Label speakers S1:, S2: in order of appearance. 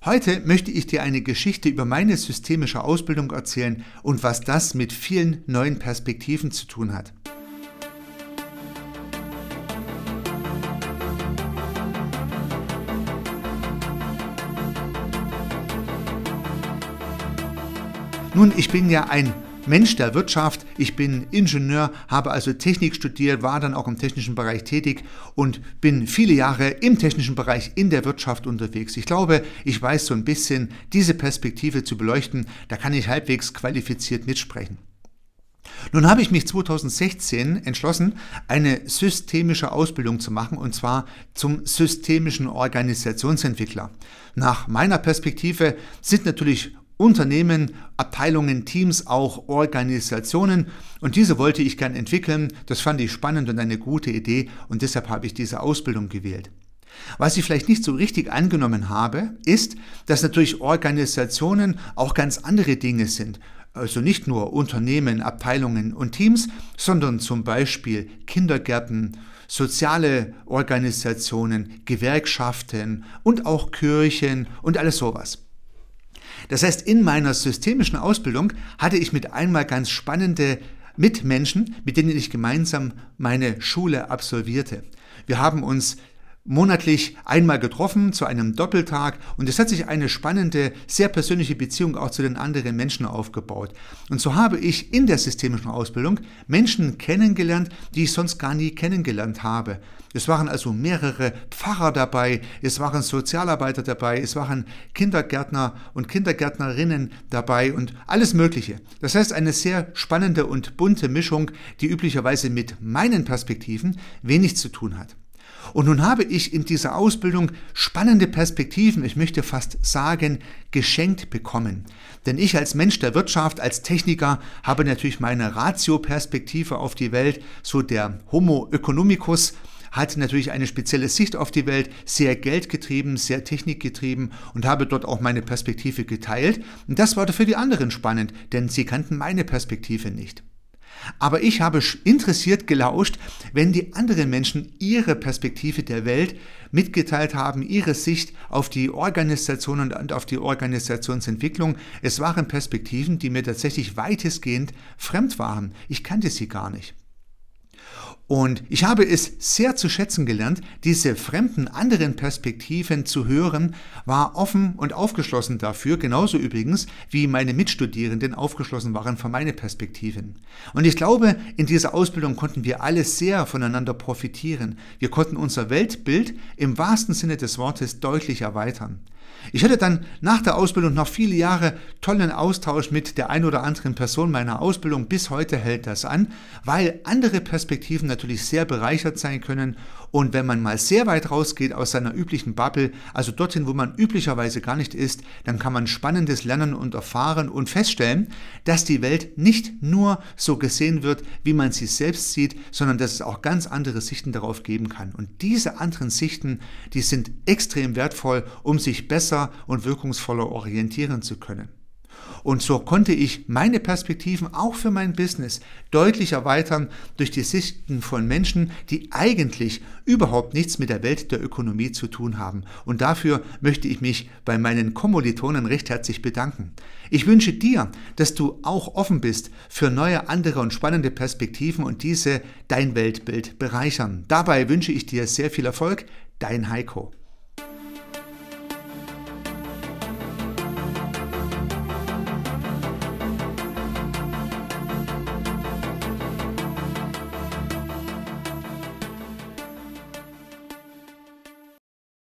S1: Heute möchte ich dir eine Geschichte über meine systemische Ausbildung erzählen und was das mit vielen neuen Perspektiven zu tun hat. Nun, ich bin ja ein Mensch der Wirtschaft, ich bin Ingenieur, habe also Technik studiert, war dann auch im technischen Bereich tätig und bin viele Jahre im technischen Bereich in der Wirtschaft unterwegs. Ich glaube, ich weiß so ein bisschen, diese Perspektive zu beleuchten, da kann ich halbwegs qualifiziert mitsprechen. Nun habe ich mich 2016 entschlossen, eine systemische Ausbildung zu machen, und zwar zum systemischen Organisationsentwickler. Nach meiner Perspektive sind natürlich Unternehmen, Abteilungen, Teams, auch Organisationen, und diese wollte ich gern entwickeln. Das fand ich spannend und eine gute Idee, und deshalb habe ich diese Ausbildung gewählt. Was ich vielleicht nicht so richtig angenommen habe, ist, dass natürlich Organisationen auch ganz andere Dinge sind. Also nicht nur Unternehmen, Abteilungen und Teams, sondern zum Beispiel Kindergärten, soziale Organisationen, Gewerkschaften und auch Kirchen und alles sowas. Das heißt, in meiner systemischen Ausbildung hatte ich mit einmal ganz spannende Mitmenschen, mit denen ich gemeinsam meine Schule absolvierte. Wir haben uns monatlich einmal getroffen zu einem Doppeltag, und es hat sich eine spannende, sehr persönliche Beziehung auch zu den anderen Menschen aufgebaut. Und so habe ich in der systemischen Ausbildung Menschen kennengelernt, die ich sonst gar nie kennengelernt habe. Es waren also mehrere Pfarrer dabei, es waren Sozialarbeiter dabei, es waren Kindergärtner und Kindergärtnerinnen dabei und alles Mögliche. Das heißt, eine sehr spannende und bunte Mischung, die üblicherweise mit meinen Perspektiven wenig zu tun hat. Und nun habe ich in dieser Ausbildung spannende Perspektiven, ich möchte fast sagen, geschenkt bekommen. Denn ich als Mensch der Wirtschaft, als Techniker, habe natürlich meine Ratio-Perspektive auf die Welt, so der Homo economicus, hat natürlich eine spezielle Sicht auf die Welt, sehr geldgetrieben, sehr technikgetrieben, und habe dort auch meine Perspektive geteilt. Und das war für die anderen spannend, denn sie kannten meine Perspektive nicht. Aber ich habe interessiert gelauscht, wenn die anderen Menschen ihre Perspektive der Welt mitgeteilt haben, ihre Sicht auf die Organisation und auf die Organisationsentwicklung. Es waren Perspektiven, die mir tatsächlich weitestgehend fremd waren. Ich kannte sie gar nicht. Und ich habe es sehr zu schätzen gelernt, diese fremden anderen Perspektiven zu hören, war offen und aufgeschlossen dafür, genauso übrigens, wie meine Mitstudierenden aufgeschlossen waren für meine Perspektiven. Und ich glaube, in dieser Ausbildung konnten wir alle sehr voneinander profitieren. Wir konnten unser Weltbild im wahrsten Sinne des Wortes deutlich erweitern. Ich hatte dann nach der Ausbildung noch viele Jahre tollen Austausch mit der ein oder anderen Person meiner Ausbildung. Bis heute hält das an, weil andere Perspektiven natürlich sehr bereichert sein können. Und wenn man mal sehr weit rausgeht aus seiner üblichen Bubble, also dorthin, wo man üblicherweise gar nicht ist, dann kann man Spannendes lernen und erfahren und feststellen, dass die Welt nicht nur so gesehen wird, wie man sie selbst sieht, sondern dass es auch ganz andere Sichten darauf geben kann. Und diese anderen Sichten, die sind extrem wertvoll, um sich besser und wirkungsvoller orientieren zu können. Und so konnte ich meine Perspektiven auch für mein Business deutlich erweitern durch die Sichten von Menschen, die eigentlich überhaupt nichts mit der Welt der Ökonomie zu tun haben. Und dafür möchte ich mich bei meinen Kommilitonen recht herzlich bedanken. Ich wünsche dir, dass du auch offen bist für neue, andere und spannende Perspektiven und diese dein Weltbild bereichern. Dabei wünsche ich dir sehr viel Erfolg, dein Heiko.